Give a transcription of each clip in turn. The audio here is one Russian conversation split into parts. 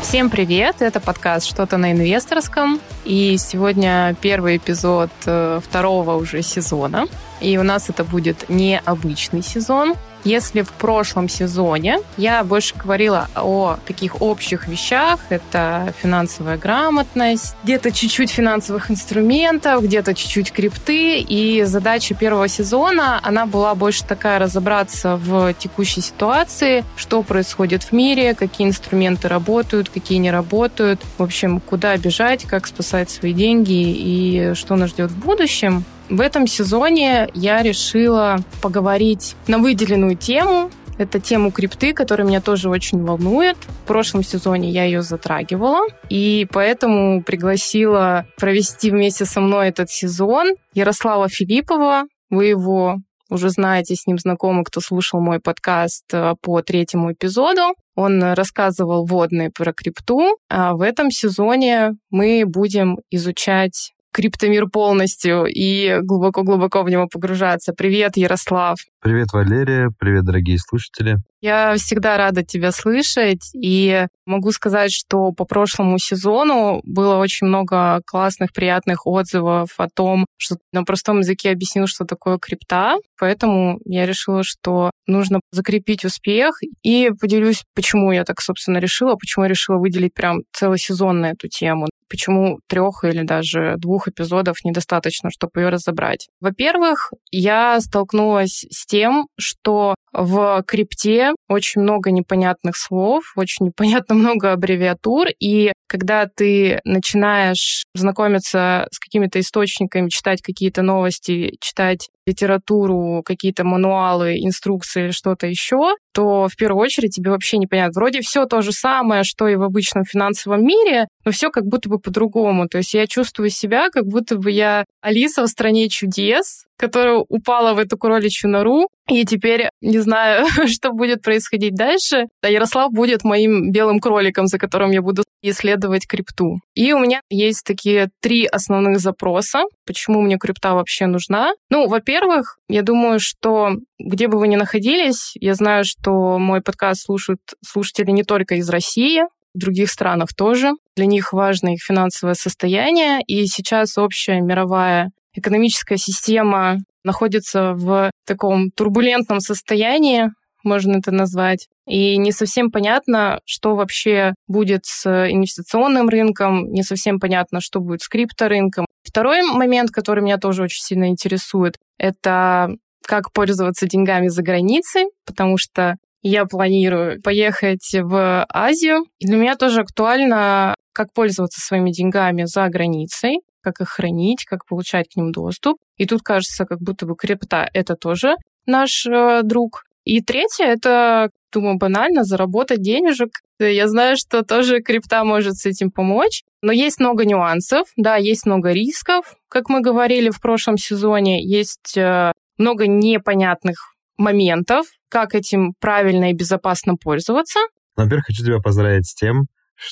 Всем привет! Это подкаст «Что-то на инвесторском». И сегодня первый эпизод второго уже сезона. И у нас это будет необычный сезон. Если в прошлом сезоне я больше говорила о таких общих вещах, это финансовая грамотность, где-то чуть-чуть финансовых инструментов, где-то чуть-чуть крипты, и задача первого сезона, она была больше такая: разобраться в текущей ситуации, что происходит в мире, какие инструменты работают, какие не работают, в общем, куда бежать, как спасать свои деньги и что нас ждет в будущем. В этом сезоне я решила поговорить на выделенную тему. Это тему крипты, которая меня тоже очень волнует. В прошлом сезоне я ее затрагивала, и поэтому пригласила провести вместе со мной этот сезон Ярослава Филиппова. Вы его уже знаете, с ним знакомы, кто слушал мой подкаст по 3-му эпизоду. Он рассказывал вводные про крипту. А в этом сезоне мы будем изучать криптомир полностью и глубоко-глубоко в него погружаться. Привет, Ярослав. Привет, Валерия. Привет, дорогие слушатели. Я всегда рада тебя слышать, и могу сказать, что по прошлому сезону было очень много классных, приятных отзывов о том, что на простом языке объяснил, что такое крипта, поэтому я решила, что нужно закрепить успех, и поделюсь, почему я так, собственно, решила, почему я решила выделить прям целый сезон на эту тему. Почему 3 или даже 2 эпизодов недостаточно, чтобы ее разобрать? Во-первых, я столкнулась с тем, что в крипте очень много непонятных слов, очень непонятно много аббревиатур, и когда ты начинаешь знакомиться с какими-то источниками, читать какие-то новости, читать литературу, какие-то мануалы, инструкции или что-то еще, то в первую очередь тебе вообще непонятно. Вроде все то же самое, что и в обычном финансовом мире, но все как будто бы по-другому. То есть я чувствую себя, как будто бы я Алиса в стране чудес, которая упала в эту кроличью нору, и теперь не знаю, что будет происходить дальше. А Ярослав будет моим белым кроликом, за которым я буду исследовать крипту. И у меня есть такие 3 основных запроса, почему мне крипта вообще нужна. Ну, во-первых, я думаю, что где бы вы ни находились, я знаю, что мой подкаст слушают слушатели не только из России, в других странах тоже. Для них важно их финансовое состояние, и сейчас общая мировая экономическая система находится в таком турбулентном состоянии, можно это назвать. И не совсем понятно, что вообще будет с инвестиционным рынком, не совсем понятно, что будет с крипторынком. Второй момент, который меня тоже очень сильно интересует, это как пользоваться деньгами за границей, потому что я планирую поехать в Азию. И для меня тоже актуально, как пользоваться своими деньгами за границей, как их хранить, как получать к ним доступ. И тут кажется, как будто бы крипта — это тоже наш друг. И третье — это, думаю, банально заработать денежек. Я знаю, что тоже крипта может с этим помочь, но есть много нюансов, да, есть много рисков, как мы говорили в прошлом сезоне, есть много непонятных моментов, как этим правильно и безопасно пользоваться. Во-первых, хочу тебя поздравить с тем,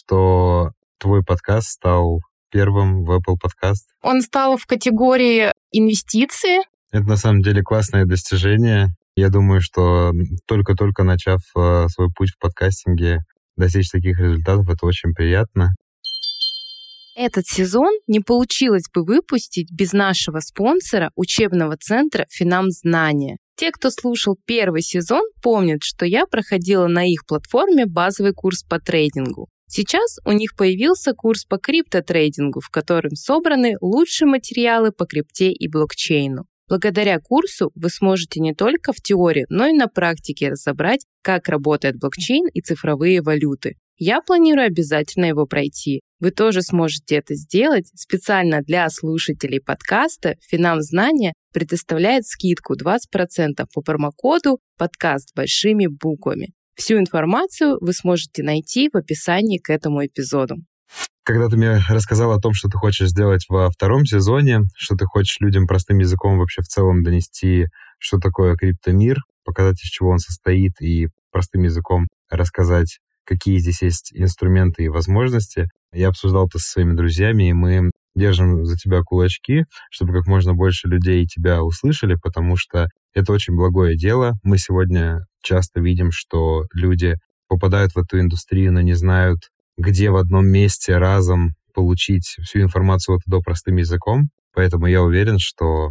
что твой подкаст стал первым в Apple Podcast. Он стал в категории инвестиции. Это на самом деле классное достижение. Я думаю, что только-только начав свой путь в подкастинге, достичь таких результатов — это очень приятно. Этот сезон не получилось бы выпустить без нашего спонсора учебного центра «Финам-знания». Те, кто слушал первый сезон, помнят, что я проходила на их платформе базовый курс по трейдингу. Сейчас у них появился курс по криптотрейдингу, в котором собраны лучшие материалы по крипте и блокчейну. Благодаря курсу вы сможете не только в теории, но и на практике разобрать, как работает блокчейн и цифровые валюты. Я планирую обязательно его пройти. Вы тоже сможете это сделать. Специально для слушателей подкаста «Финам-знания» предоставляет скидку 20% по промокоду «Подкаст» большими буквами. Всю информацию вы сможете найти в описании к этому эпизоду. Когда ты мне рассказал о том, что ты хочешь сделать во 2-м сезоне, что ты хочешь людям простым языком вообще в целом донести, что такое криптомир, показать, из чего он состоит, и простым языком рассказать, какие здесь есть инструменты и возможности, я обсуждал это со своими друзьями, и мы держим за тебя кулачки, чтобы как можно больше людей тебя услышали, потому что это очень благое дело. Мы сегодня часто видим, что люди попадают в эту индустрию, но не знают, где в одном месте разом получить всю информацию от и до простым языком. Поэтому я уверен, что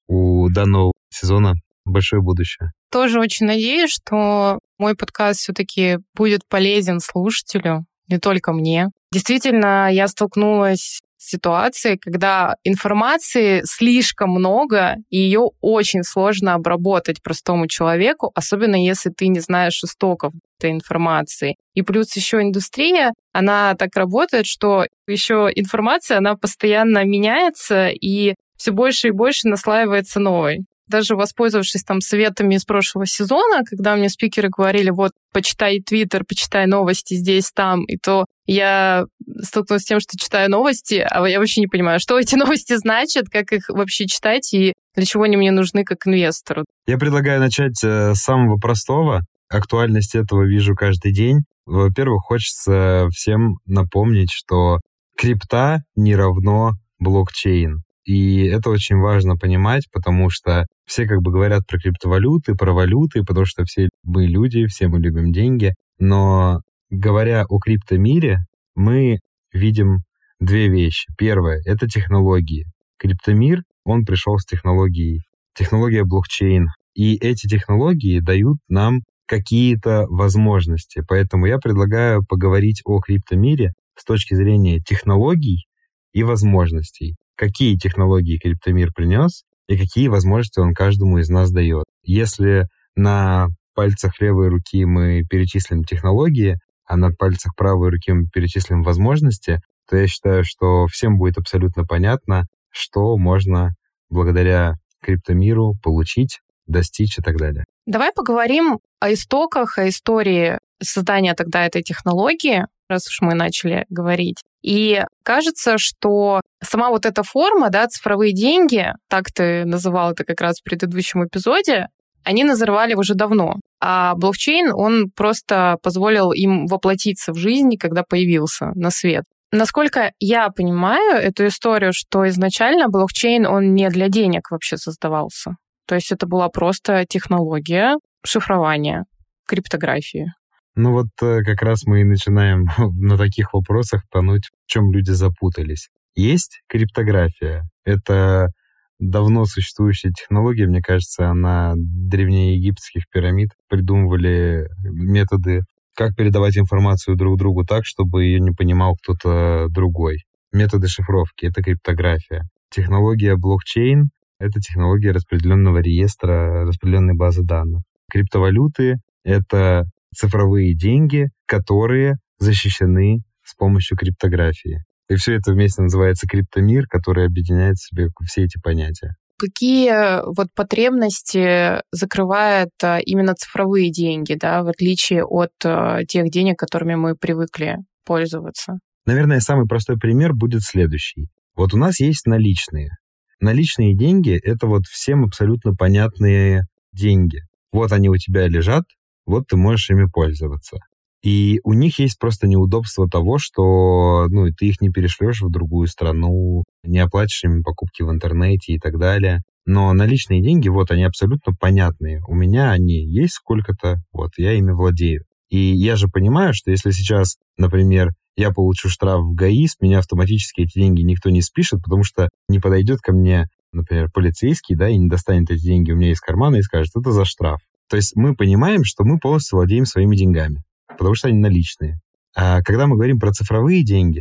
у данного сезона большое будущее. Тоже очень надеюсь, что мой подкаст все-таки будет полезен слушателю, не только мне. Действительно, я столкнулась с ситуацией, когда информации слишком много, и ее очень сложно обработать простому человеку, особенно если ты не знаешь истоков этой информации. И плюс еще индустрия, она так работает, что еще информация, она постоянно меняется, и все больше и больше наслаивается новой. Даже воспользовавшись там советами из прошлого сезона, когда мне спикеры говорили, вот, почитай Твиттер, почитай новости здесь, там, и то я столкнулась с тем, что читаю новости, а я вообще не понимаю, что эти новости значат, как их вообще читать и для чего они мне нужны как инвестору. Я предлагаю начать с самого простого. Актуальность этого вижу каждый день. Во-первых, хочется всем напомнить, что крипта не равно блокчейн. И это очень важно понимать, потому что все как бы говорят про криптовалюты, про валюты, потому что все мы люди, все мы любим деньги. Но говоря о криптомире, мы видим две вещи. Первое — это технологии. Криптомир, он пришел с технологией. Технология блокчейн. И эти технологии дают нам какие-то возможности. Поэтому я предлагаю поговорить о криптомире с точки зрения технологий и возможностей. Какие технологии криптомир принес и какие возможности он каждому из нас дает. Если на пальцах левой руки мы перечислим технологии, а на пальцах правой руки мы перечислим возможности, то я считаю, что всем будет абсолютно понятно, что можно благодаря криптомиру получить, достичь и так далее. Давай поговорим о истоках, о истории создания тогда этой технологии, раз уж мы начали говорить. И кажется, что сама вот эта форма, да, цифровые деньги, так ты называл это как раз в предыдущем эпизоде, они назревали уже давно. А блокчейн, он просто позволил им воплотиться в жизнь, когда появился на свет. Насколько я понимаю эту историю, что изначально блокчейн, он не для денег вообще создавался. То есть это была просто технология шифрования, криптографии. Ну вот как раз мы и начинаем на таких вопросах тонуть, в чем люди запутались. Есть криптография. Это давно существующая технология, мне кажется, она древнеегипетских пирамид придумывали методы, как передавать информацию друг другу так, чтобы ее не понимал кто-то другой. Методы шифровки — это криптография. Технология блокчейн — это технология распределенного реестра, распределенной базы данных. Криптовалюты — это цифровые деньги, которые защищены с помощью криптографии. И все это вместе называется криптомир, который объединяет в себе все эти понятия. Какие вот потребности закрывают именно цифровые деньги, да, в отличие от тех денег, которыми мы привыкли пользоваться? Наверное, самый простой пример будет следующий. Вот у нас есть наличные. Наличные деньги — это вот всем абсолютно понятные деньги. Вот они у тебя лежат, вот ты можешь ими пользоваться. И у них есть просто неудобство того, что ты их не перешлешь в другую страну, не оплатишь ими покупки в интернете и так далее. Но наличные деньги, вот они абсолютно понятные. У меня они есть сколько-то, вот я ими владею. И я же понимаю, что если сейчас, например, я получу штраф в ГАИ, с меня автоматически эти деньги никто не спишет, потому что не подойдет ко мне, например, полицейский, да, и не достанет эти деньги у меня из кармана и скажет, это за штраф. То есть мы понимаем, что мы полностью владеем своими деньгами, потому что они наличные. А когда мы говорим про цифровые деньги,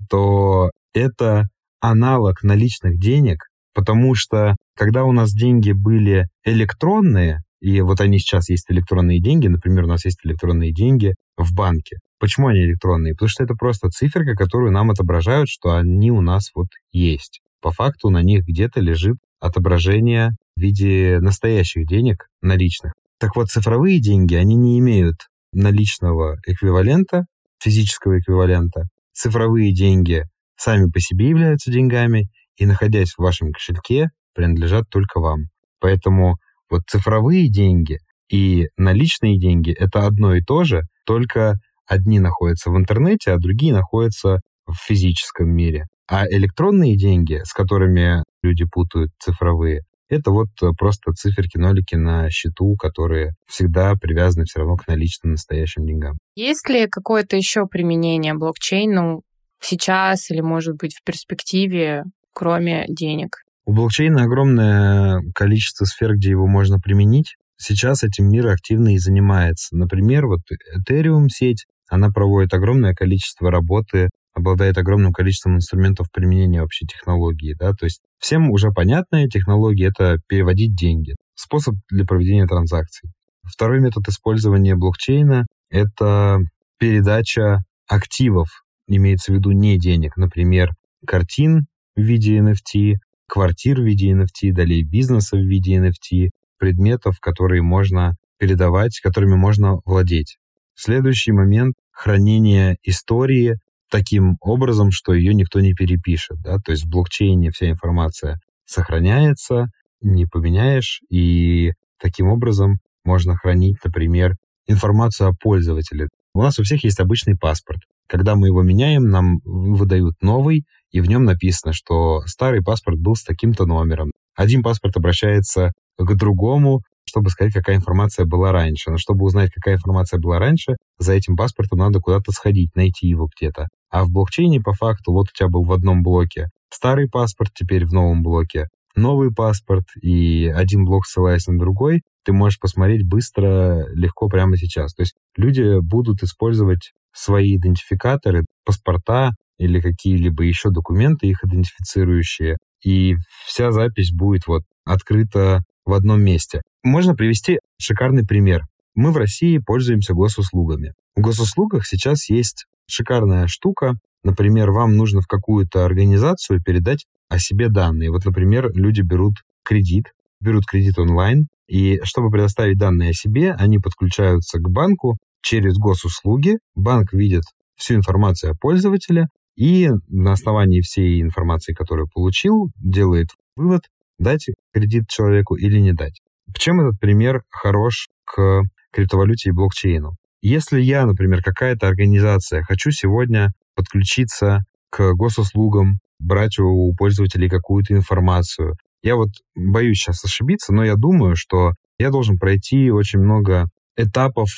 то это аналог наличных денег, потому что когда у нас деньги были электронные, и вот они сейчас есть электронные деньги, например, у нас есть электронные деньги в банке. Почему они электронные? Потому что это просто циферка, которую нам отображают, что они у нас вот есть. По факту на них где-то лежит отображение в виде настоящих денег, наличных. Так вот, цифровые деньги, они не имеют наличного эквивалента, физического эквивалента. Цифровые деньги сами по себе являются деньгами и, находясь в вашем кошельке, принадлежат только вам. Поэтому вот цифровые деньги и наличные деньги — это одно и то же, только одни находятся в интернете, а другие находятся в физическом мире. А электронные деньги, с которыми люди путают цифровые, Это вот просто циферки, нолики на счету, которые всегда привязаны все равно к наличным настоящим деньгам. Есть ли какое-то еще применение блокчейну сейчас или, может быть, в перспективе, кроме денег? У блокчейна огромное количество сфер, где его можно применить. Сейчас этим мир активно и занимается. Например, вот Ethereum сеть, она проводит огромное количество работы, обладает огромным количеством инструментов применения вообще технологии. Да? То есть всем уже понятная технология — это переводить деньги. Способ для проведения транзакций. Второй метод использования блокчейна — это передача активов, имеется в виду не денег, например, картин в виде NFT, квартир в виде NFT, далее бизнеса в виде NFT, предметов, которые можно передавать, которыми можно владеть. Следующий момент — хранение истории таким образом, что ее никто не перепишет. Да? То есть в блокчейне вся информация сохраняется, не поменяешь, и таким образом можно хранить, например, информацию о пользователе. У нас у всех есть обычный паспорт. Когда мы его меняем, нам выдают новый, и в нем написано, что старый паспорт был с таким-то номером. Один паспорт обращается к другому, чтобы сказать, какая информация была раньше. Но чтобы узнать, какая информация была раньше, за этим паспортом надо куда-то сходить, найти его где-то. А в блокчейне, по факту, вот у тебя был в одном блоке старый паспорт, теперь в новом блоке новый паспорт, и один блок, ссылаясь на другой, ты можешь посмотреть быстро, легко прямо сейчас. То есть люди будут использовать свои идентификаторы, паспорта или какие-либо еще документы, их идентифицирующие, и вся запись будет вот открыта в одном месте. Можно привести шикарный пример. Мы в России пользуемся госуслугами. В госуслугах сейчас есть шикарная штука. Например, вам нужно в какую-то организацию передать о себе данные. Вот, например, люди берут кредит онлайн, и чтобы предоставить данные о себе, они подключаются к банку через госуслуги. Банк видит всю информацию о пользователе и на основании всей информации, которую получил, делает вывод, дать кредит человеку или не дать. Чем этот пример хорош к криптовалюте и блокчейну? Если я, например, какая-то организация, хочу сегодня подключиться к госуслугам, брать у пользователей какую-то информацию, я вот боюсь сейчас ошибиться, но я думаю, что я должен пройти очень много этапов,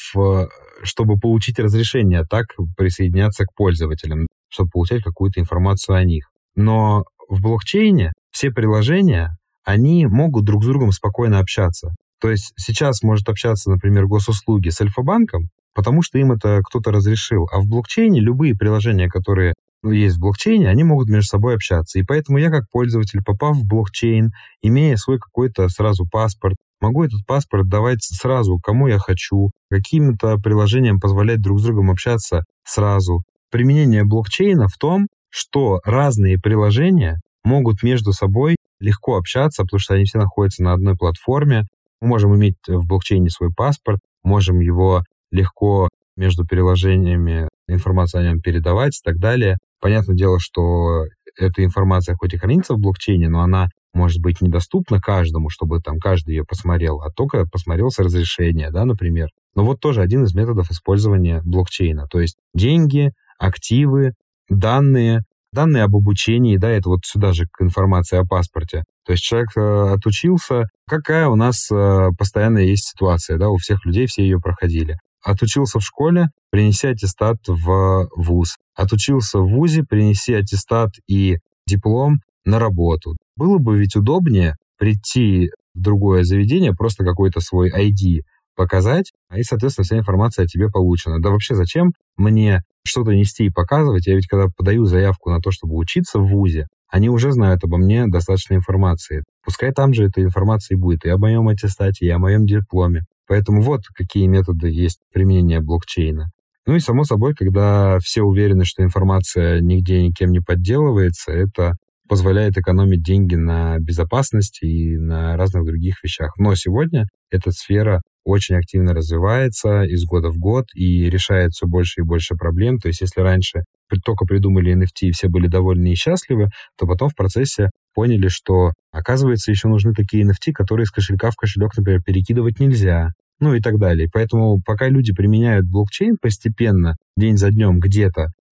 чтобы получить разрешение так присоединяться к пользователям, чтобы получать какую-то информацию о них. Но в блокчейне все приложения, они могут друг с другом спокойно общаться. То есть сейчас может общаться, например, госуслуги с Альфа-банком, потому что им это кто-то разрешил. А в блокчейне любые приложения, которые есть в блокчейне, они могут между собой общаться. И поэтому я как пользователь, попав в блокчейн, имея свой какой-то сразу паспорт, могу этот паспорт давать сразу, кому я хочу, каким-то приложениям позволять друг с другом общаться сразу. Применение блокчейна в том, что разные приложения могут между собой легко общаться, потому что они все находятся на одной платформе. Мы можем иметь в блокчейне свой паспорт, можем его легко между приложениями информацию о нем передавать и так далее. Понятное дело, что эта информация хоть и хранится в блокчейне, но она может быть недоступна каждому, чтобы там каждый ее посмотрел, а только посмотрел с разрешения, да, например. Но вот тоже один из методов использования блокчейна. То есть деньги, активы, данные об обучении, да, это вот сюда же к информации о паспорте. То есть человек отучился, какая у нас постоянно есть ситуация, да, у всех людей все ее проходили. Отучился в школе, принеси аттестат в вуз. Отучился в вузе, принеси аттестат и диплом на работу. Было бы ведь удобнее прийти в другое заведение, просто какой-то свой ID показать, и, соответственно, вся информация о тебе получена. Да вообще зачем мне что-то нести и показывать? Я ведь когда подаю заявку на то, чтобы учиться в вузе, они уже знают обо мне достаточно информации. Пускай там же эта информация и будет и о моем аттестате, и о моем дипломе. Поэтому вот какие методы есть применения блокчейна. Ну и, само собой, когда все уверены, что информация нигде никем не подделывается, это позволяет экономить деньги на безопасности и на разных других вещах. Но сегодня эта сфера очень активно развивается из года в год и решает все больше и больше проблем. То есть если раньше только придумали NFT и все были довольны и счастливы, то потом в процессе поняли, что, оказывается, еще нужны такие NFT, которые из кошелька в кошелек, например, перекидывать нельзя. Ну и так далее. Поэтому пока люди применяют блокчейн постепенно, день за днем где-то,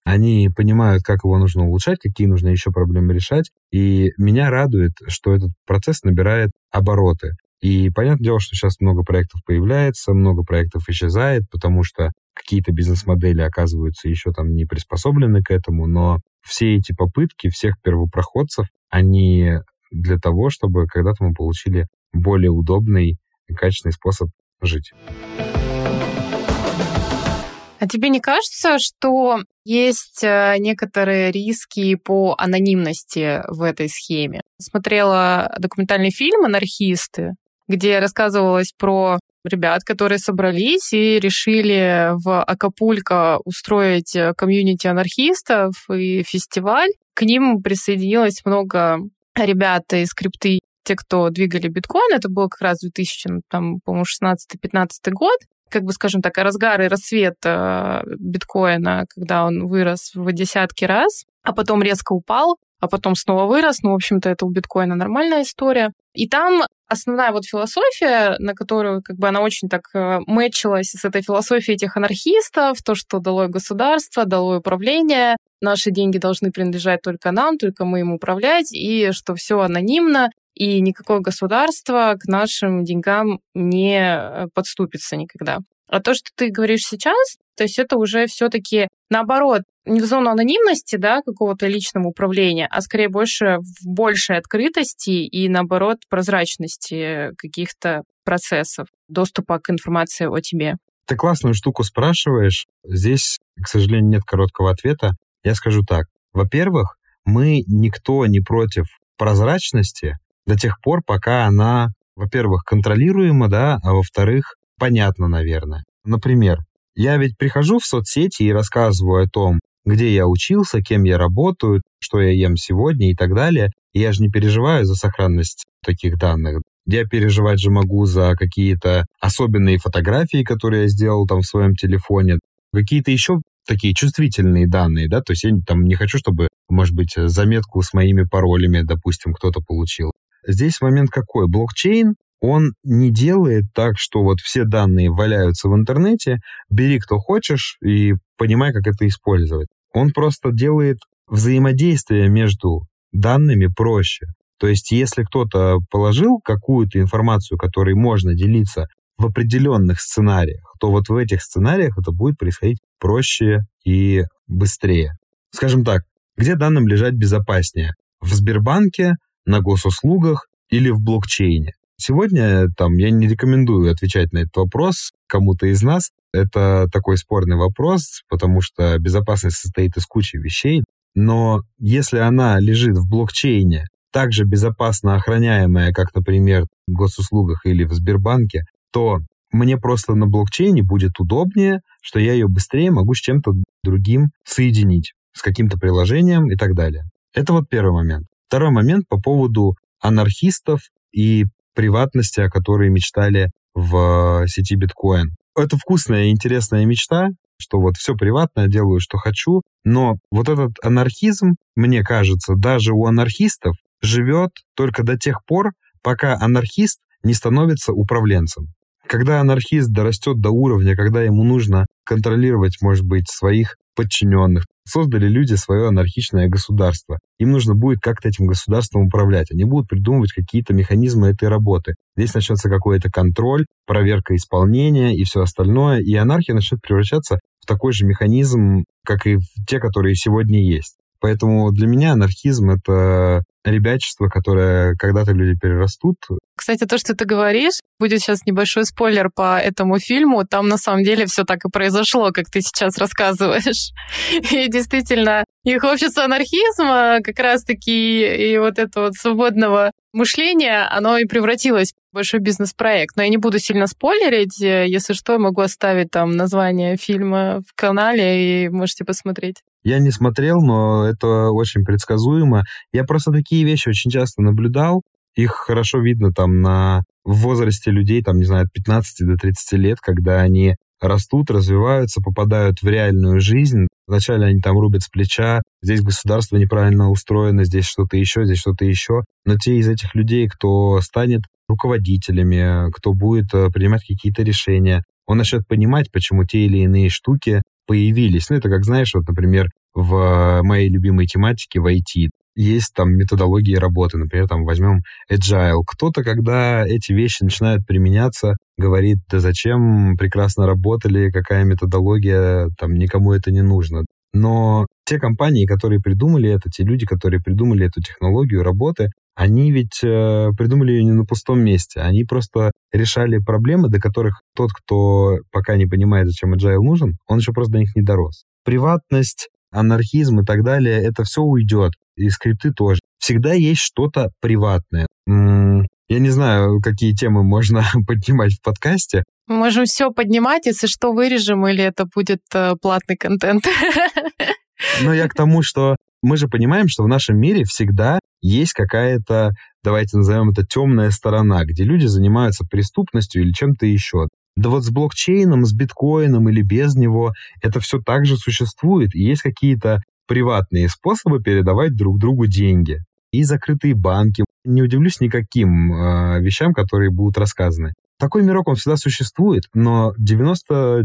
они понимают, как его нужно улучшать, какие нужно еще проблемы решать. И меня радует, что этот процесс набирает обороты. И понятное дело, что сейчас много проектов появляется, много проектов исчезает, потому что какие-то бизнес-модели оказываются еще там не приспособлены к этому, но все эти попытки всех первопроходцев, они для того, чтобы когда-то мы получили более удобный и качественный способ жить. А тебе не кажется, что есть некоторые риски по анонимности в этой схеме? Смотрела документальный фильм «Анархисты», где рассказывалось про ребят, которые собрались и решили в Акапулько устроить комьюнити анархистов и фестиваль. К ним присоединилось много ребят из крипты, те, кто двигали биткоин. Это был как раз 2016-2015 год. Как бы, скажем так, разгар и рассвет биткоина, когда он вырос в десятки раз, а потом резко упал, а потом снова вырос. Ну, в общем-то, это у биткоина нормальная история. И там основная вот философия, на которую как бы она очень так мэтчилась с этой философией этих анархистов, то, что долой государство, долой управление, наши деньги должны принадлежать только нам, только мы им управлять, и что все анонимно, и никакое государство к нашим деньгам не подступится никогда. А то, что ты говоришь сейчас, то есть это уже все-таки наоборот, не в зону анонимности, да, какого-то личного управления, а скорее больше в большей открытости и, наоборот, прозрачности каких-то процессов, доступа к информации о тебе. Ты классную штуку спрашиваешь. Здесь, к сожалению, нет короткого ответа. Я скажу так. Во-первых, мы никто не против прозрачности до тех пор, пока она, во-первых, контролируема, да, а во-вторых, понятна, наверное. Например, я ведь прихожу в соцсети и рассказываю о том, где я учился, кем я работаю, что я ем сегодня и так далее. И я же не переживаю за сохранность таких данных. Я переживать же могу за какие-то особенные фотографии, которые я сделал там в своем телефоне, какие-то еще такие чувствительные данные, да, то есть я там не хочу, чтобы, может быть, заметку с моими паролями, допустим, кто-то получил. Здесь момент какой? Блокчейн, он не делает так, что вот все данные валяются в интернете, бери кто хочешь и понимай, как это использовать. Он просто делает взаимодействие между данными проще. То есть если кто-то положил какую-то информацию, которой можно делиться в определенных сценариях, то вот в этих сценариях это будет происходить проще и быстрее. Скажем так, где данным лежать безопаснее? В Сбербанке, на госуслугах или в блокчейне? Сегодня я не рекомендую отвечать на этот вопрос кому-то из нас. Это такой спорный вопрос, потому что безопасность состоит из кучи вещей. Но если она лежит в блокчейне, также безопасно охраняемая, как, например, в госуслугах или в Сбербанке, то мне просто на блокчейне будет удобнее, что я ее быстрее могу с чем-то другим соединить, с каким-то приложением и так далее. Это вот первый момент. Второй момент по поводу анархистов и приватности, о которой мечтали в сети биткоин. Это вкусная и интересная мечта, что вот все приватное, делаю, что хочу, но вот этот анархизм, мне кажется, даже у анархистов живет только до тех пор, пока анархист не становится управленцем. Когда анархист дорастет до уровня, когда ему нужно контролировать, может быть, своих подчиненных, создали люди свое анархичное государство. Им нужно будет как-то этим государством управлять. Они будут придумывать какие-то механизмы этой работы. Здесь начнется какой-то контроль, проверка исполнения и все остальное, и анархия начнет превращаться в такой же механизм, как и те, которые сегодня есть. Поэтому для меня анархизм — это ребячество, которое когда-то люди перерастут. Кстати, то, что ты говоришь, будет сейчас небольшой спойлер по этому фильму. Там на самом деле все так и произошло, как ты сейчас рассказываешь. И действительно, их общество анархизма как раз-таки и вот это вот свободного мышления, оно и превратилось в большой бизнес-проект. Но я не буду сильно спойлерить. Если что, я могу оставить там название фильма в канале, и можете посмотреть. Я не смотрел, но это очень предсказуемо. Я просто такие вещи очень часто наблюдал. Их хорошо видно в возрасте людей, от 15 до 30 лет, когда они растут, развиваются, попадают в реальную жизнь. Вначале они рубят с плеча, здесь государство неправильно устроено, здесь что-то еще, здесь что-то еще. Но те из этих людей, кто станет руководителями, кто будет принимать какие-то решения, он начнет понимать, почему те или иные штуки появились. Это как, знаешь, например, в моей любимой тематике, в IT. Есть там методологии работы, например, там возьмем Agile. Кто-то, когда эти вещи начинают применяться, говорит, да зачем, прекрасно работали, какая методология, там никому это не нужно. Но те компании, которые придумали это, те люди, которые придумали эту технологию работы, они ведь придумали ее не на пустом месте. Они просто решали проблемы, до которых тот, кто пока не понимает, зачем Agile нужен, он еще просто до них не дорос. Приватность, анархизм и так далее, это все уйдет. И скрипты тоже. Всегда есть что-то приватное. Я не знаю, какие темы можно поднимать в подкасте. Мы можем все поднимать, если что, вырежем, или это будет платный контент. Но я к тому, что мы же понимаем, что в нашем мире всегда есть какая-то, давайте назовем это, темная сторона, где люди занимаются преступностью или чем-то еще. Да вот с блокчейном, с биткоином или без него это все также существует. И есть какие-то приватные способы передавать друг другу деньги. И закрытые банки. Не удивлюсь никаким вещам, которые будут рассказаны. Такой мирок, он всегда существует, но 99%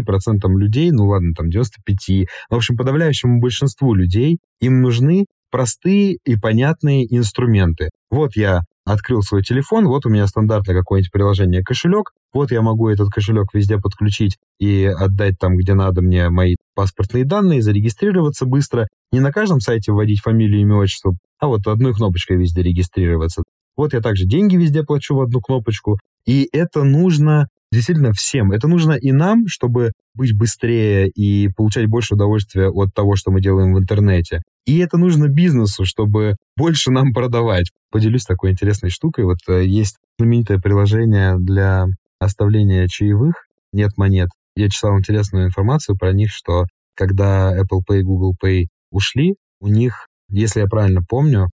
людей, ну ладно, там 95%, в общем, подавляющему большинству людей им нужны простые и понятные инструменты. Вот я открыл свой телефон, вот у меня стандартное какое-нибудь приложение кошелек, вот я могу этот кошелек везде подключить и отдать там, где надо мне мои паспортные данные, зарегистрироваться быстро, не на каждом сайте вводить фамилию, имя, отчество, а вот одной кнопочкой везде регистрироваться. Вот я также деньги везде плачу в одну кнопочку, и это нужно действительно всем. Это нужно и нам, чтобы быть быстрее и получать больше удовольствия от того, что мы делаем в интернете. И это нужно бизнесу, чтобы больше нам продавать. Поделюсь такой интересной штукой. Вот есть знаменитое приложение для оставления чаевых «Нет монет». Я читал интересную информацию про них, что когда Apple Pay, Google Pay ушли, у них, если я правильно помню,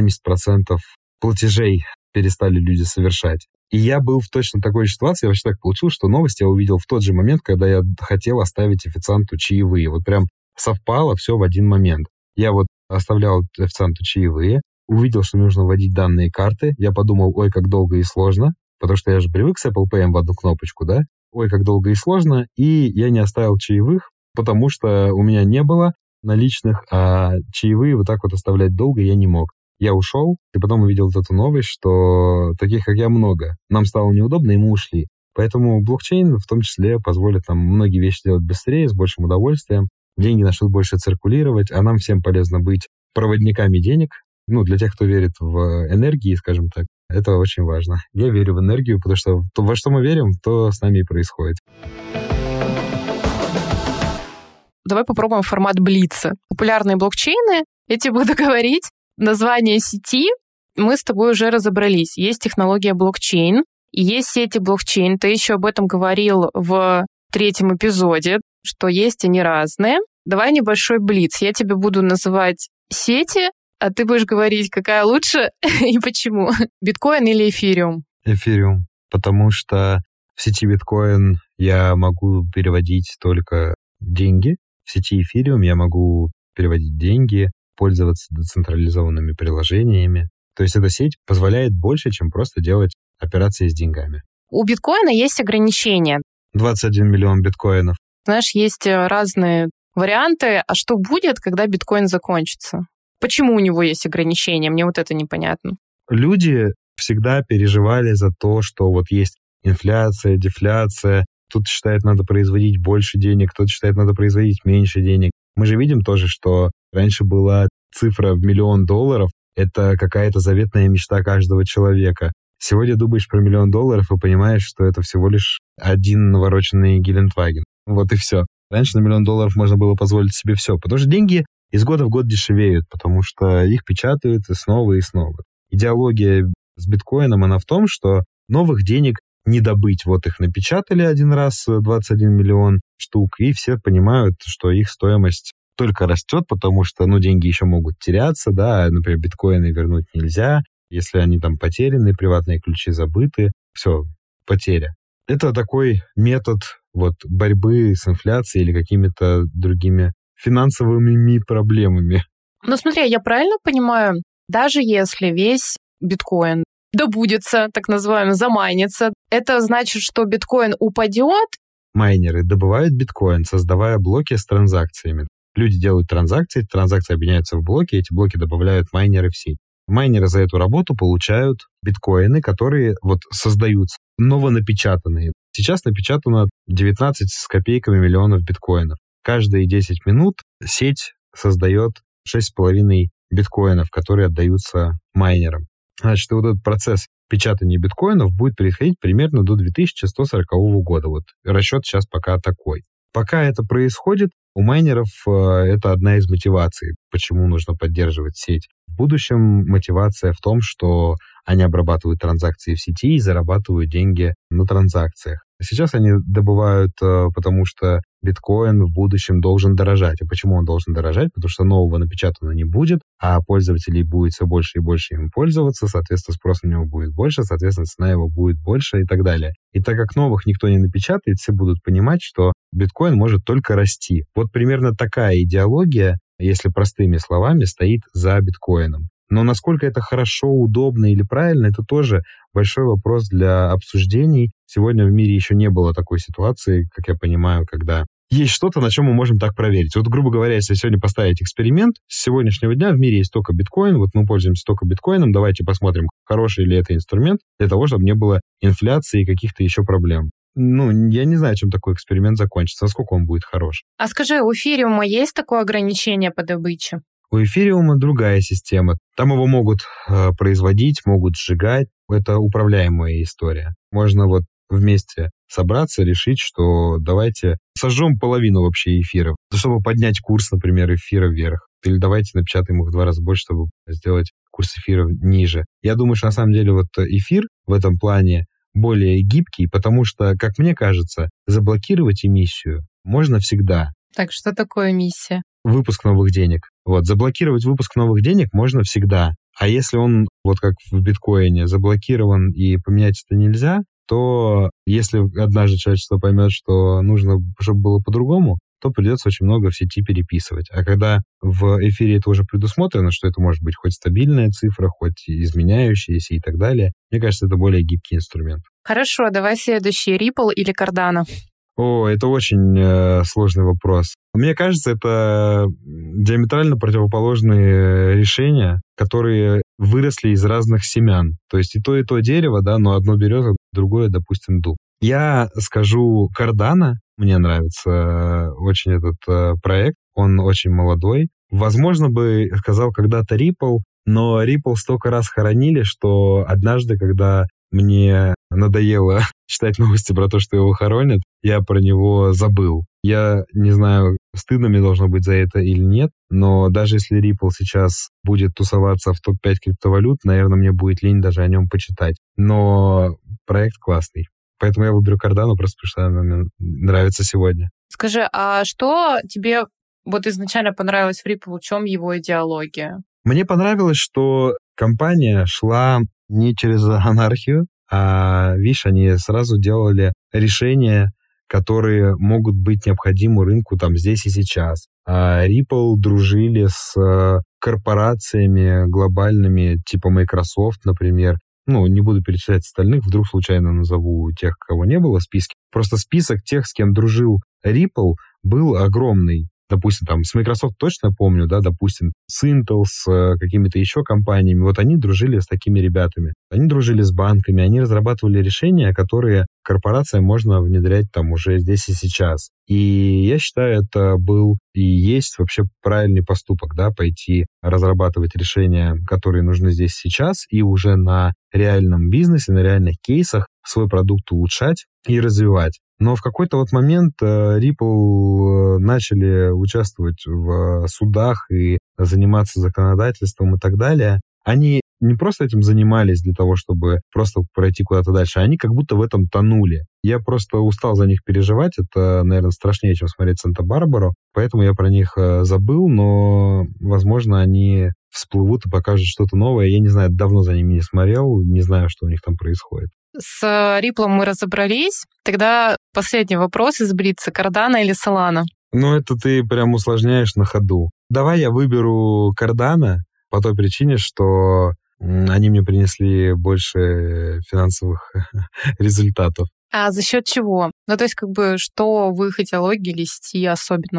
70% платежей перестали люди совершать. И я был в точно такой ситуации, вообще так получилось, что новости я увидел в тот же момент, когда я хотел оставить официанту чаевые. Вот прям совпало все в один момент. Я вот оставлял официанту чаевые, увидел, что мне нужно вводить данные карты. Я подумал, ой, как долго и сложно, потому что я же привык с Apple Pay в одну кнопочку, да? Ой, как долго и сложно. И я не оставил чаевых, потому что у меня не было наличных, а чаевые вот так вот оставлять долго я не мог. Я ушел, и потом увидел вот эту новость, что таких, как я, много. Нам стало неудобно, и мы ушли. Поэтому блокчейн в том числе позволит нам многие вещи делать быстрее, с большим удовольствием. Деньги начнут больше циркулировать, а нам всем полезно быть проводниками денег. Ну, для тех, кто верит в энергии, скажем так, это очень важно. Я верю в энергию, потому что во что мы верим, то с нами и происходит. Давай попробуем формат блица. Популярные блокчейны, я тебе буду говорить, название сети мы с тобой уже разобрались. Есть технология блокчейн, и есть сети блокчейн. Ты еще об этом говорил в 3-м эпизоде, что есть они разные. Давай небольшой блиц. Я тебе буду называть сети, а ты будешь говорить, какая лучше и почему. Биткоин или эфириум? Эфириум, потому что в сети биткоин я могу переводить только деньги. В сети эфириум я могу переводить деньги, пользоваться децентрализованными приложениями. То есть эта сеть позволяет больше, чем просто делать операции с деньгами. У биткоина есть ограничения. 21 миллион биткоинов. Знаешь, есть разные варианты. А что будет, когда биткоин закончится? Почему у него есть ограничения? Мне вот это непонятно. Люди всегда переживали за то, что вот есть инфляция, дефляция. Кто-то считает, надо производить больше денег, кто-то считает, надо производить меньше денег. Мы же видим тоже, что раньше была цифра в $1 миллион. Это какая-то заветная мечта каждого человека. Сегодня думаешь про $1 миллион и понимаешь, что это всего лишь один навороченный Гелендваген. Вот и все. Раньше на $1 миллион можно было позволить себе все, потому что деньги из года в год дешевеют, потому что их печатают и снова, и снова. Идеология с биткоином, она в том, что новых денег не добыть. Вот их напечатали один раз 21 миллион штук, и все понимают, что их стоимость только растет, потому что, деньги еще могут теряться, да, например, биткоины вернуть нельзя, если они там потеряны, приватные ключи забыты, все, потеря. Это такой метод борьбы с инфляцией или какими-то другими финансовыми проблемами. Смотри, я правильно понимаю, даже если весь биткоин добудется, так называемый, замайнится, это значит, что биткоин упадет? Майнеры добывают биткоин, создавая блоки с транзакциями. Люди делают транзакции объединяются в блоки, эти блоки добавляют майнеры в сеть. Майнеры за эту работу получают биткоины, которые вот создаются, новонапечатанные. Сейчас напечатано 19 с копейками миллионов биткоинов. Каждые 10 минут сеть создает 6,5 биткоинов, которые отдаются майнерам. Значит, вот этот процесс печатания биткоинов будет происходить примерно до 2140 года. Вот расчет сейчас пока такой. Пока это происходит, у майнеров это одна из мотиваций, почему нужно поддерживать сеть. В будущем мотивация в том, что они обрабатывают транзакции в сети и зарабатывают деньги на транзакциях. Сейчас они добывают, потому что биткоин в будущем должен дорожать. А почему он должен дорожать? Потому что нового напечатано не будет, а пользователей будет все больше и больше им пользоваться, соответственно, спрос на него будет больше, соответственно, цена его будет больше и так далее. И так как новых никто не напечатает, все будут понимать, что биткоин может только расти. Вот примерно такая идеология, если простыми словами, стоит за биткоином. Но насколько это хорошо, удобно или правильно, это тоже большой вопрос для обсуждений. Сегодня в мире еще не было такой ситуации, как я понимаю, когда есть что-то, на чем мы можем так проверить. Вот, грубо говоря, если сегодня поставить эксперимент, с сегодняшнего дня в мире есть только биткоин, вот мы пользуемся только биткоином, давайте посмотрим, хороший ли это инструмент, для того, чтобы не было инфляции и каких-то еще проблем. Я не знаю, чем такой эксперимент закончится, насколько он будет хорош. А скажи, у эфириума есть такое ограничение по добыче? У эфириума другая система. Там его могут производить, могут сжигать. Это управляемая история. Можно вот вместе собраться, решить, что давайте сожжем половину вообще эфиров, чтобы поднять курс, например, эфира вверх. Или давайте напечатаем их в 2 раза больше, чтобы сделать курс эфира ниже. Я думаю, что на самом деле вот эфир в этом плане более гибкий, потому что, как мне кажется, заблокировать эмиссию можно всегда. Так, что такое эмиссия? Выпуск новых денег. Вот, заблокировать выпуск новых денег можно всегда. А если он, вот как в биткоине, заблокирован и поменять это нельзя, то если однажды человечество поймет, что нужно, чтобы было по-другому, то придется очень много в сети переписывать. А когда в эфире это уже предусмотрено, что это может быть хоть стабильная цифра, хоть изменяющаяся и так далее, мне кажется, это более гибкий инструмент. Хорошо, давай следующий. Ripple или Cardano? Это очень сложный вопрос. Мне кажется, это диаметрально противоположные решения, которые выросли из разных семян. То есть и то дерево, да, но одно береза, другое, допустим, дуб. Я скажу Cardano. Мне нравится очень этот проект. Он очень молодой. Возможно, бы сказал когда-то Ripple, но Ripple столько раз хоронили, что однажды, когда мне надоело читать новости про то, что его хоронят, я про него забыл. Я не знаю, стыдно мне должно быть за это или нет, но даже если Ripple сейчас будет тусоваться в топ-5 криптовалют, наверное, мне будет лень даже о нем почитать. Но проект классный. Поэтому я выберу Cardano, просто потому что она мне нравится сегодня. Скажи, а что тебе вот изначально понравилось в Ripple? В чем его идеология? Мне понравилось, что компания шла не через анархию, а, видишь, они сразу делали решения, которые могут быть необходимы рынку там здесь и сейчас. А Ripple дружили с корпорациями глобальными, типа Microsoft, например. Не буду перечислять остальных, вдруг случайно назову тех, кого не было в списке. Просто список тех, с кем дружил Ripple, был огромный. Допустим, там с Microsoft точно помню, да, допустим, с Intel, с какими-то еще компаниями. Вот они дружили с такими ребятами. Они дружили с банками, они разрабатывали решения, которые корпорациям можно внедрять там уже здесь и сейчас. И я считаю, это был и есть вообще правильный поступок, да, пойти разрабатывать решения, которые нужны здесь сейчас, и уже на реальном бизнесе, на реальных кейсах свой продукт улучшать и развивать. Но в какой-то вот момент Ripple начали участвовать в судах и заниматься законодательством и так далее. Они не просто этим занимались для того, чтобы просто пройти куда-то дальше, они как будто в этом тонули. Я просто устал за них переживать. Это, наверное, страшнее, чем смотреть «Санта-Барбару». Поэтому я про них забыл, но, возможно, они всплывут и покажут что-то новое. Я не знаю, давно за ними не смотрел, не знаю, что у них там происходит. С Ripple мы разобрались. Тогда последний вопрос из Блица. Cardano или Solana? Это ты прям усложняешь на ходу. Давай я выберу Cardano по той причине, что они мне принесли больше финансовых результатов. А за счет чего? То есть, что в их идеологии листи особенного?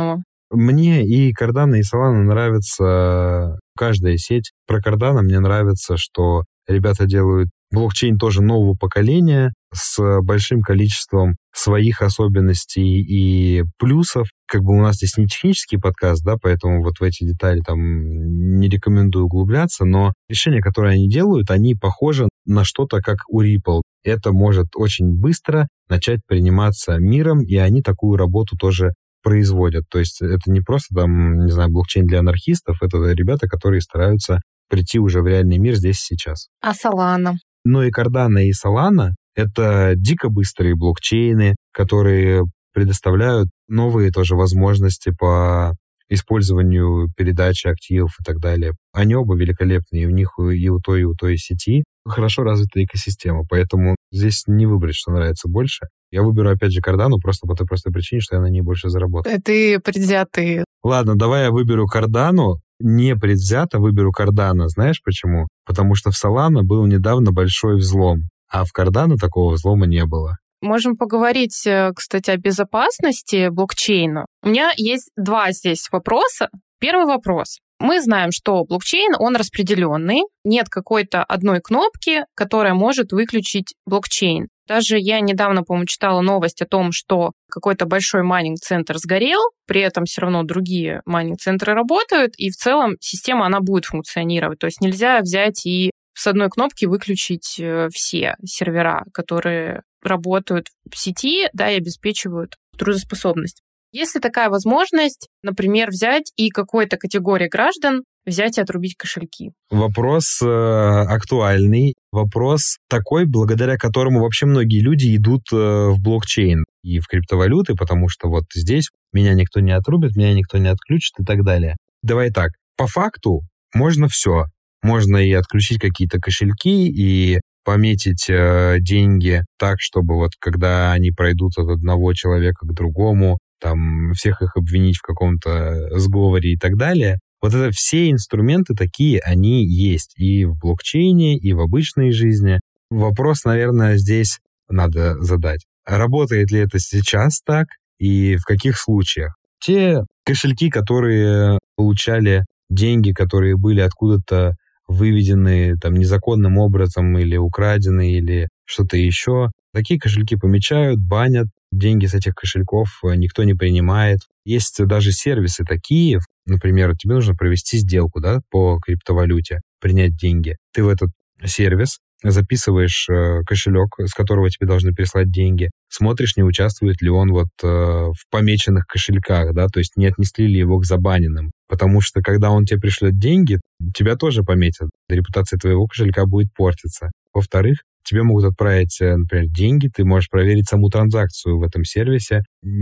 Мне и Cardano, и Solana нравится каждая сеть. Про Cardano мне нравится, что ребята делают блокчейн тоже нового поколения с большим количеством своих особенностей и плюсов. Как бы у нас здесь не технический подкаст, да, поэтому вот в эти детали там не рекомендую углубляться, но решения, которые они делают, они похожи на что-то, как у Ripple. Это может очень быстро начать приниматься миром, и они такую работу тоже производят. То есть это не просто там, не знаю, блокчейн для анархистов, это ребята, которые стараются прийти уже в реальный мир здесь и сейчас. А Solana? Но и Cardano, и Solana — это дико быстрые блокчейны, которые предоставляют новые тоже возможности по использованию передачи активов и так далее. Они оба великолепные, и у них и у той сети хорошо развита экосистема, поэтому здесь не выбрать, что нравится больше. Я выберу, опять же, Cardano просто по той простой причине, что я на ней больше заработаю. Ты предвзятый. Ладно, давай я выберу Cardano. Не предвзято выберу Cardano. Знаешь почему? Потому что в Solana был недавно большой взлом, а в Cardano такого взлома не было. Можем поговорить, кстати, о безопасности блокчейна. У меня есть два здесь вопроса. Первый вопрос. Мы знаем, что блокчейн, он распределенный. Нет какой-то одной кнопки, которая может выключить блокчейн. Даже я недавно, по-моему, читала новость о том, что какой-то большой майнинг-центр сгорел, при этом все равно другие майнинг-центры работают, и в целом система, она будет функционировать. То есть нельзя взять и с одной кнопки выключить все сервера, которые работают в сети, да, и обеспечивают трудоспособность. Есть ли такая возможность, например, взять и какой-то категории граждан взять и отрубить кошельки? Вопрос актуальный, вопрос такой, благодаря которому вообще многие люди идут в блокчейн и в криптовалюты, потому что вот здесь меня никто не отрубит, меня никто не отключит и так далее. Давай так, по факту можно все. Можно и отключить какие-то кошельки, и пометить деньги так, чтобы вот когда они пройдут от одного человека к другому, там всех их обвинить в каком-то сговоре и так далее. Вот это все инструменты такие, они есть и в блокчейне, и в обычной жизни. Вопрос, наверное, здесь надо задать. Работает ли это сейчас так и в каких случаях? Те кошельки, которые получали деньги, которые были откуда-то выведены там незаконным образом или украдены, или что-то еще, такие кошельки помечают, банят. Деньги с этих кошельков никто не принимает. Есть даже сервисы такие, например, тебе нужно провести сделку, да, по криптовалюте, принять деньги. Ты в этот сервис записываешь кошелек, с которого тебе должны прислать деньги, смотришь, не участвует ли он вот в помеченных кошельках, да, то есть не отнесли ли его к забаненным. Потому что, когда он тебе пришлет деньги, тебя тоже пометят. Репутация твоего кошелька будет портиться. Во-вторых, тебе могут отправить, например, деньги, ты можешь проверить саму транзакцию в этом сервисе,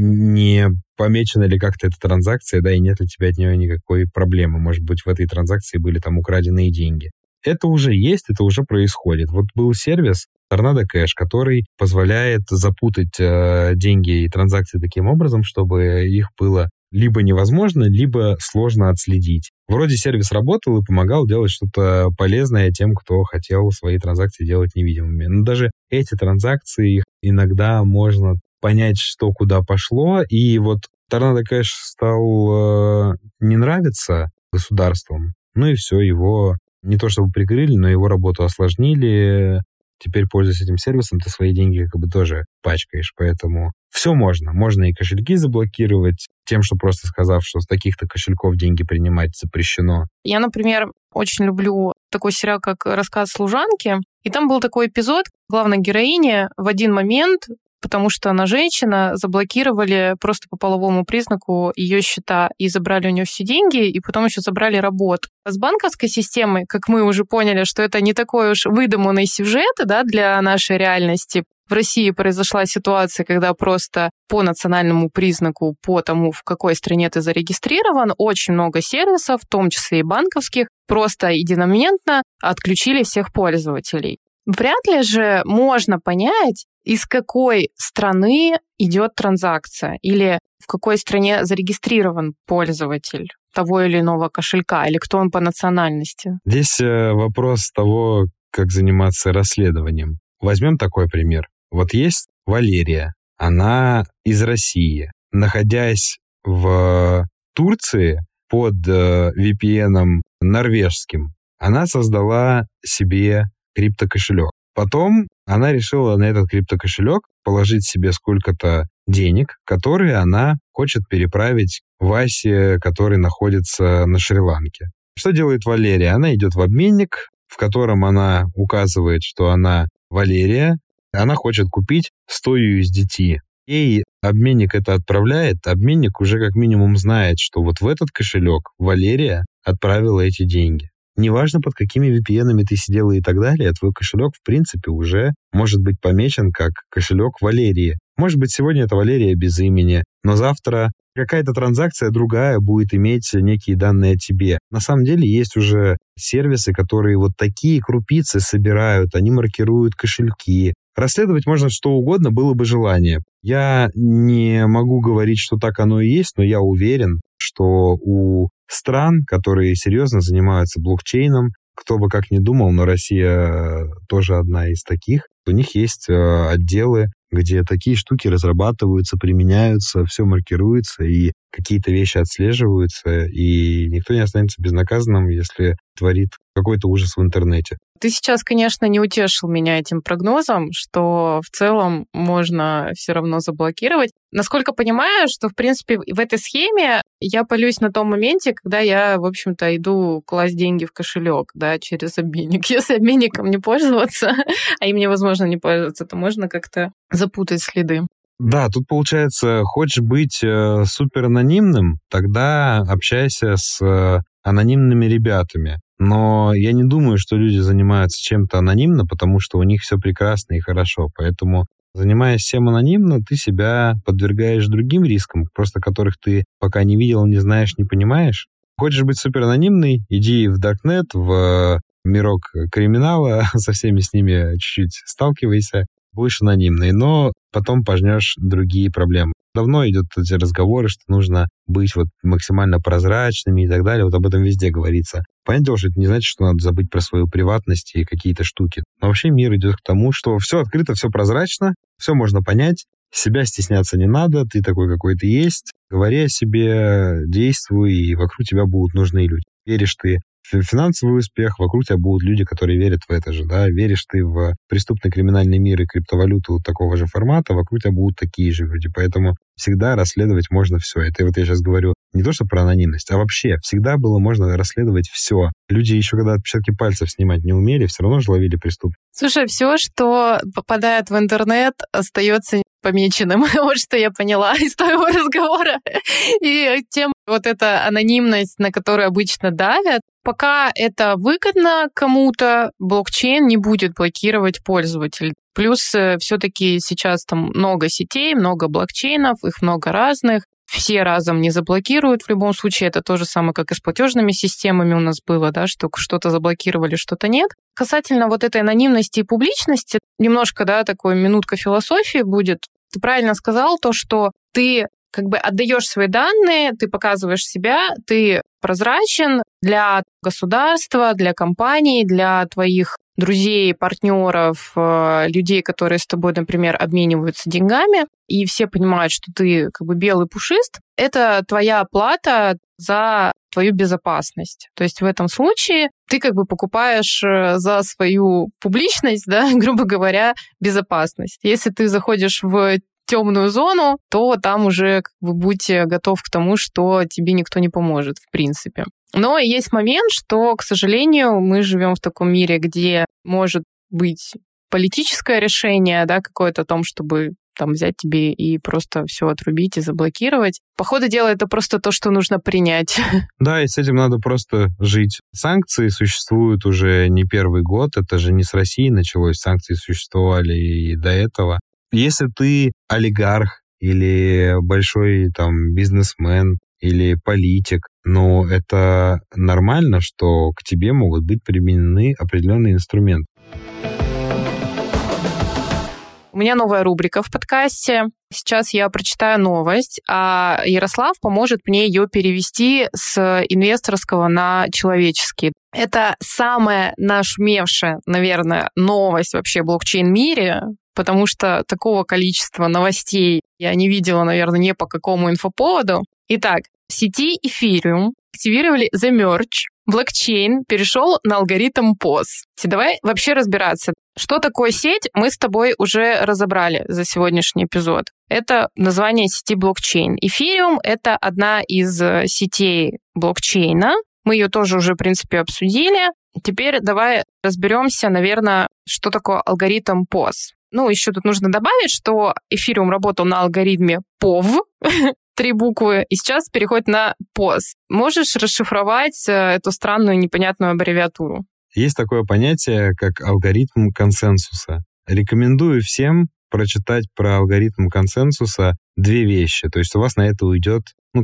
не помечена ли как-то эта транзакция, да, и нет ли у тебя от нее никакой проблемы. Может быть, в этой транзакции были там украденные деньги. Это уже есть, это уже происходит. Вот был сервис Tornado Cash, который позволяет запутать деньги и транзакции таким образом, чтобы их было либо невозможно, либо сложно отследить. Вроде сервис работал и помогал делать что-то полезное тем, кто хотел свои транзакции делать невидимыми. Но даже эти транзакции иногда можно понять, что куда пошло. И вот Tornado Cash стал не нравиться государством. Ну и все, его не то чтобы прикрыли, но его работу осложнили. Теперь, пользуясь этим сервисом, ты свои деньги как бы тоже пачкаешь. Поэтому все можно. Можно и кошельки заблокировать тем, что просто сказав, что с таких-то кошельков деньги принимать запрещено. Я, например, очень люблю такой сериал, как «Рассказ служанки». И там был такой эпизод, главной героине в один момент, потому что она женщина, заблокировали просто по половому признаку ее счета и забрали у нее все деньги, и потом еще забрали работу. С банковской системой, как мы уже поняли, что это не такой уж выдуманный сюжет, да, для нашей реальности. В России произошла ситуация, когда просто по национальному признаку, по тому, в какой стране ты зарегистрирован, очень много сервисов, в том числе и банковских, просто единомоментно отключили всех пользователей. Вряд ли же можно понять, из какой страны идет транзакция или в какой стране зарегистрирован пользователь того или иного кошелька, или кто он по национальности. Здесь вопрос того, как заниматься расследованием. Возьмем такой пример. Вот есть Валерия, она из России. Находясь в Турции под VPN норвежским она создала себе криптокошелек. Потом она решила на этот криптокошелек положить себе сколько-то денег, которые она хочет переправить Васе, который находится на Шри-Ланке. Что делает Валерия? Она идет в обменник, в котором она указывает, что она Валерия, она хочет купить 100 USDT. Ей обменник это отправляет, обменник уже как минимум знает, что вот в этот кошелек Валерия отправила эти деньги. Неважно, под какими VPN-ами ты сидела и так далее, твой кошелек, в принципе, уже может быть помечен как кошелек Валерии. Может быть, сегодня это Валерия без имени, но завтра какая-то транзакция другая будет иметь некие данные о тебе. На самом деле есть уже сервисы, которые вот такие крупицы собирают, они маркируют кошельки. Расследовать можно что угодно, было бы желание. Я не могу говорить, что так оно и есть, но я уверен, что у стран, которые серьезно занимаются блокчейном, кто бы как ни думал, но Россия тоже одна из таких, у них есть отделы, где такие штуки разрабатываются, применяются, все маркируется, и какие-то вещи отслеживаются, и никто не останется безнаказанным, если творит какой-то ужас в интернете. Ты сейчас, конечно, не утешил меня этим прогнозом, что в целом можно все равно заблокировать. Насколько понимаю, что, в принципе, в этой схеме я палюсь на том моменте, когда я, в общем-то, иду класть деньги в кошелек, да, через обменник. Если обменником не пользоваться, а им невозможно не пользоваться, то можно как-то запутать следы. Да, тут получается, хочешь быть супер анонимным, тогда общайся с анонимными ребятами. Но я не думаю, что люди занимаются чем-то анонимно, потому что у них все прекрасно и хорошо. Поэтому, занимаясь всем анонимно, ты себя подвергаешь другим рискам, просто которых ты пока не видел, не знаешь, не понимаешь. Хочешь быть супер анонимный, иди в Darknet, в мирок криминала, со всеми с ними чуть-чуть сталкивайся, будешь анонимный, но потом пожнешь другие проблемы. Давно идут эти разговоры, что нужно быть вот максимально прозрачными и так далее. Вот об этом везде говорится. Понятное дело, что это не значит, что надо забыть про свою приватность и какие-то штуки. Но вообще мир идет к тому, что все открыто, все прозрачно, все можно понять, себя стесняться не надо, ты такой, какой ты есть. Говори о себе, действуй, и вокруг тебя будут нужные люди. Веришь ты в финансовый успех, вокруг тебя будут люди, которые верят в это же, да, веришь ты в преступный криминальный мир и криптовалюту такого же формата, вокруг тебя будут такие же люди, поэтому всегда расследовать можно все. Это вот я сейчас говорю не то, что про анонимность, а вообще всегда было можно расследовать все. Люди еще когда отпечатки пальцев снимать не умели, все равно же ловили преступников. Слушай, все, что попадает в интернет, остается помеченным. Вот что я поняла из твоего разговора. И тем вот эта анонимность, на которую обычно давят, пока это выгодно кому-то, блокчейн не будет блокировать пользователей. Плюс все-таки сейчас там много сетей, много блокчейнов, их много разных. Все разом не заблокируют. В любом случае, это то же самое, как и с платежными системами у нас было, да, что что-то заблокировали, что-то нет. Касательно вот этой анонимности и публичности, немножко, да, такой минутка философии будет. Ты правильно сказал то, что ты как бы отдаешь свои данные, ты показываешь себя, ты прозрачен для государства, для компаний, для твоих друзей, партнеров, людей, которые с тобой, например, обмениваются деньгами, и все понимают, что ты как бы белый пушист. Это твоя оплата за твою безопасность. То есть в этом случае ты как бы покупаешь за свою публичность, да, грубо говоря, безопасность. Если ты заходишь в темную зону, то там уже как бы будь готов к тому, что тебе никто не поможет, в принципе. Но есть момент, что, к сожалению, мы живем в таком мире, где может быть политическое решение, да, какое-то о том, чтобы там взять тебе и просто все отрубить и заблокировать. По ходу дела, это просто то, что нужно принять. Да, и с этим надо просто жить. Санкции существуют уже не первый год, это же не с России началось, санкции существовали и до этого. Если ты олигарх или большой там бизнесмен или политик, но это нормально, что к тебе могут быть применены определенные инструменты. У меня новая рубрика в подкасте. Сейчас я прочитаю новость, а Ярослав поможет мне ее перевести с инвесторского на человеческий. Это самая нашумевшая, наверное, новость вообще в блокчейн-мире, потому что такого количества новостей я не видела, наверное, ни по какому инфоповоду. Итак, В сети Ethereum активировали The Merge, блокчейн перешел на алгоритм POS. Давай вообще разбираться. Что такое сеть, мы с тобой уже разобрали за сегодняшний эпизод. Это название сети блокчейн. Ethereum — это одна из сетей блокчейна. Мы ее тоже уже, в принципе, обсудили. Теперь давай разберемся, наверное, что такое алгоритм POS. Еще тут нужно добавить, что Ethereum работал на алгоритме POV, 3 буквы, и сейчас переходит на POS. Можешь расшифровать эту странную непонятную аббревиатуру? Есть такое понятие, как алгоритм консенсуса. Рекомендую всем прочитать про алгоритм консенсуса 2 вещи. То есть у вас на это уйдет,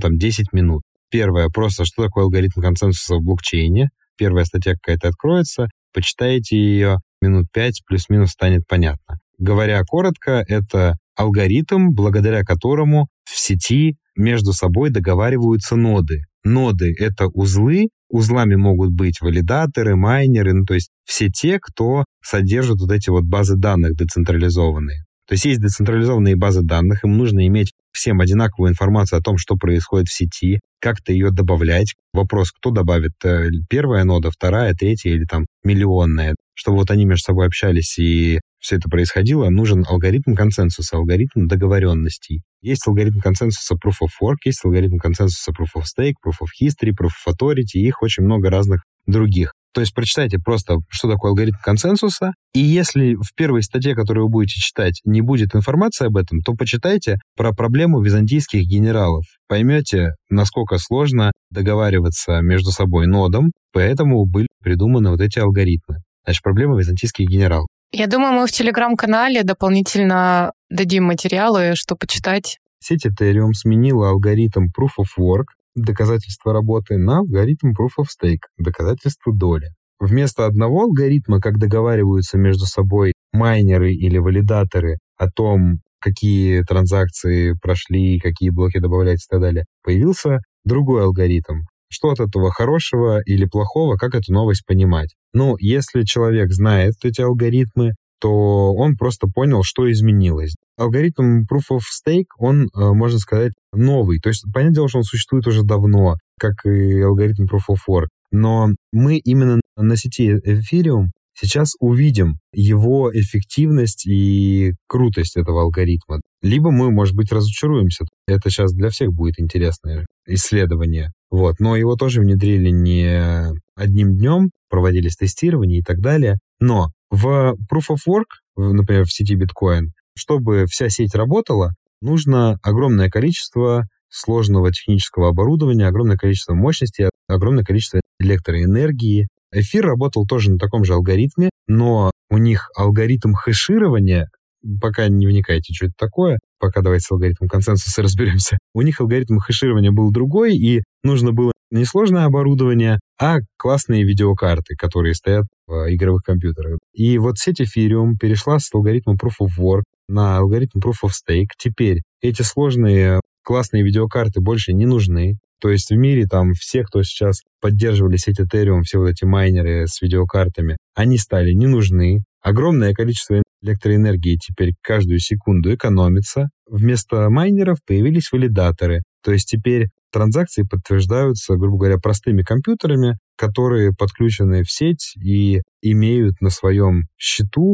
10 минут. Первое, просто что такое алгоритм консенсуса в блокчейне. Первая статья какая-то откроется, почитайте ее, минут 5 плюс-минус станет понятно. Говоря коротко, это алгоритм, благодаря которому в сети между собой договариваются ноды. Ноды — это узлы, узлами могут быть валидаторы, майнеры, то есть все те, кто содержит вот эти вот базы данных децентрализованные. То есть есть децентрализованные базы данных, им нужно иметь всем одинаковую информацию о том, что происходит в сети, как-то ее добавлять. Вопрос, кто добавит, первая нода, вторая, третья или миллионная. Чтобы вот они между собой общались и все это происходило, нужен алгоритм консенсуса, алгоритм договоренностей. Есть алгоритм консенсуса Proof of Work, есть алгоритм консенсуса Proof of Stake, Proof of History, Proof of Authority, и их очень много разных других. То есть прочитайте просто, что такое алгоритм консенсуса, и если в первой статье, которую вы будете читать, не будет информации об этом, то почитайте про проблему византийских генералов. Поймете, насколько сложно договариваться между собой нодам, поэтому были придуманы вот эти алгоритмы. Значит, проблема византийских генералов. Я думаю, мы в Телеграм-канале дополнительно дадим материалы, что почитать. Сеть Ethereum сменила алгоритм Proof of Work, доказательство работы, на алгоритм Proof of Stake, доказательство доли. Вместо одного алгоритма, как договариваются между собой майнеры или валидаторы о том, какие транзакции прошли, какие блоки добавлять и так далее, появился другой алгоритм. Что от этого хорошего или плохого, как эту новость понимать? Если человек знает эти алгоритмы, то он просто понял, что изменилось. Алгоритм Proof of Stake, он, можно сказать, новый. То есть, понятное дело, что он существует уже давно, как и алгоритм Proof of Work. Но мы именно на сети Ethereum сейчас увидим его эффективность и крутость этого алгоритма. Либо мы, может быть, разочаруемся. Это сейчас для всех будет интересное исследование. Но его тоже внедрили не одним днем, проводились тестирования и так далее. Но в Proof of Work, например, в сети Bitcoin, чтобы вся сеть работала, нужно огромное количество сложного технического оборудования, огромное количество мощности, огромное количество электроэнергии. Эфир работал тоже на таком же алгоритме, но у них алгоритм хэширования, пока не вникайте, что это такое, пока давайте с алгоритмом консенсуса разберемся. У них алгоритм хэширования был другой, и нужно было не сложное оборудование, а классные видеокарты, которые стоят в игровых компьютерах. И вот сеть Ethereum перешла с алгоритма Proof of Work на алгоритм Proof of Stake. Теперь эти сложные классные видеокарты больше не нужны. То есть в мире все, кто сейчас поддерживали сеть Ethereum, все вот эти майнеры с видеокартами, они стали не нужны. Огромное количество электроэнергии теперь каждую секунду экономится. Вместо майнеров появились валидаторы. То есть теперь транзакции подтверждаются, грубо говоря, простыми компьютерами, которые подключены в сеть и имеют на своем счету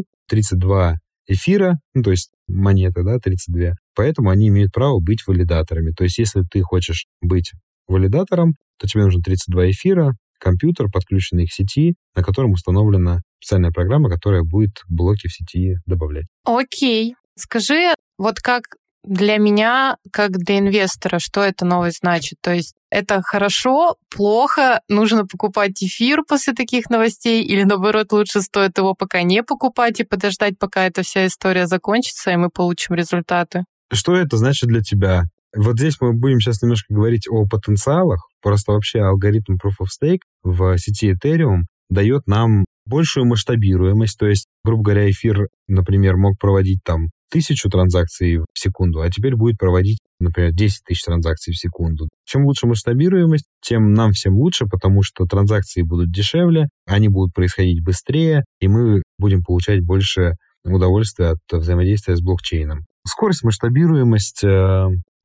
32 эфира, то есть монеты, 32. Поэтому они имеют право быть валидаторами. То есть если ты хочешь быть валидатором, то тебе нужно 32 эфира, компьютер, подключенный к сети, на котором установлена специальная программа, которая будет блоки в сети добавлять. Окей. Скажи, вот как для меня, как для инвестора, что эта новость значит? То есть это хорошо, плохо, нужно покупать эфир после таких новостей, или наоборот, лучше стоит его пока не покупать и подождать, пока эта вся история закончится, и мы получим результаты? Что это значит для тебя? Вот здесь мы будем сейчас немножко говорить о потенциалах. Просто вообще алгоритм Proof of Stake в сети Ethereum дает нам большую масштабируемость. То есть, грубо говоря, эфир, например, мог проводить 1000 транзакций в секунду, а теперь будет проводить, например, 10 тысяч транзакций в секунду. Чем лучше масштабируемость, тем нам всем лучше, потому что транзакции будут дешевле, они будут происходить быстрее, и мы будем получать больше удовольствия от взаимодействия с блокчейном. Скорость, масштабируемость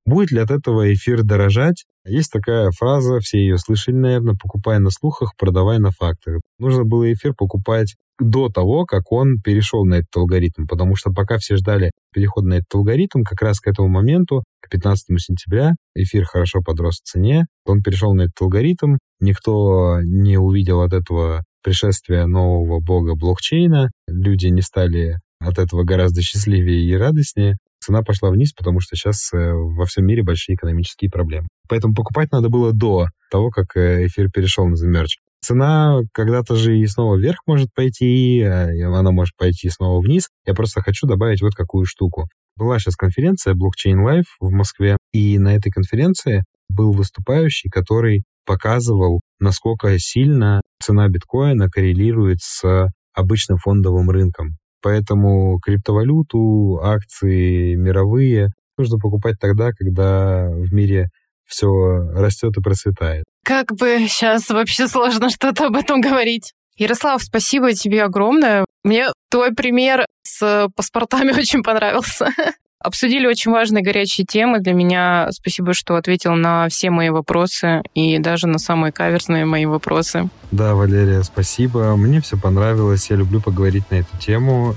Будет ли от этого эфир дорожать? Есть такая фраза, все ее слышали, наверное: покупай на слухах, продавай на фактах. Нужно было эфир покупать до того, как он перешел на этот алгоритм, потому что пока все ждали перехода на этот алгоритм, как раз к этому моменту, к 15 сентября, эфир хорошо подрос в цене, он перешел на этот алгоритм, никто не увидел от этого пришествия нового бога блокчейна, люди не стали от этого гораздо счастливее и радостнее. Цена пошла вниз, потому что сейчас во всем мире большие экономические проблемы. Поэтому покупать надо было до того, как эфир перешел на The Merge. Цена когда-то же и снова вверх может пойти, и она может пойти снова вниз. Я просто хочу добавить вот какую штуку. Была сейчас конференция Blockchain Live в Москве, и на этой конференции был выступающий, который показывал, насколько сильно цена биткоина коррелирует с обычным фондовым рынком. Поэтому криптовалюту, акции мировые нужно покупать тогда, когда в мире все растет и процветает. Как бы сейчас вообще сложно что-то об этом говорить. Ярослав, спасибо тебе огромное. Мне твой пример с паспортами очень понравился. Обсудили очень важные горячие темы для меня. Спасибо, что ответил на все мои вопросы и даже на самые каверзные мои вопросы. Да, Валерия, спасибо. Мне все понравилось. Я люблю поговорить на эту тему.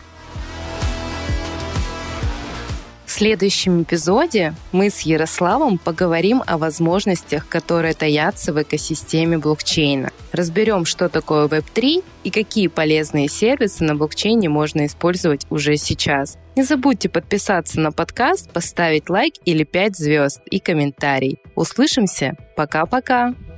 В следующем эпизоде мы с Ярославом поговорим о возможностях, которые таятся в экосистеме блокчейна. Разберем, что такое Web3 и какие полезные сервисы на блокчейне можно использовать уже сейчас. Не забудьте подписаться на подкаст, поставить лайк или 5 звезд и комментарий. Услышимся. Пока-пока.